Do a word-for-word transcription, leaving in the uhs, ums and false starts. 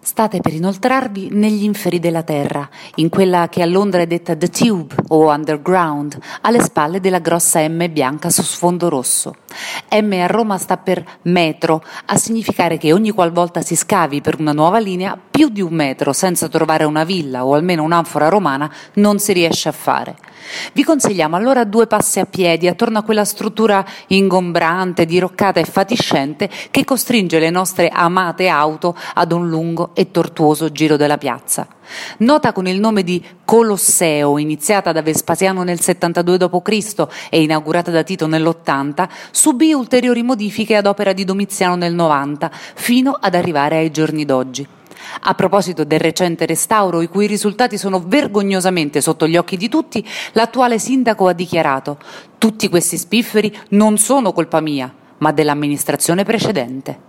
State per inoltrarvi negli inferi della terra, in quella che a Londra è detta The Tube o Underground, alle spalle della grossa M bianca su sfondo rosso. M a Roma sta per metro, a significare che ogni qualvolta si scavi per una nuova linea, più di un metro senza trovare una villa o almeno un'anfora romana non si riesce a fare. Vi consigliamo allora due passi a piedi attorno a quella struttura ingombrante, diroccata e fatiscente che costringe le nostre amate auto ad un lungo e tortuoso giro della piazza. Nota con il nome di Colosseo, iniziata da Vespasiano nel settantadue dopo Cristo e inaugurata da Tito nell'ottanta, subì ulteriori modifiche ad opera di Domiziano nel novanta, fino ad arrivare ai giorni d'oggi. A proposito del recente restauro, i cui risultati sono vergognosamente sotto gli occhi di tutti, l'attuale sindaco ha dichiarato: tutti questi spifferi non sono colpa mia, ma dell'amministrazione precedente.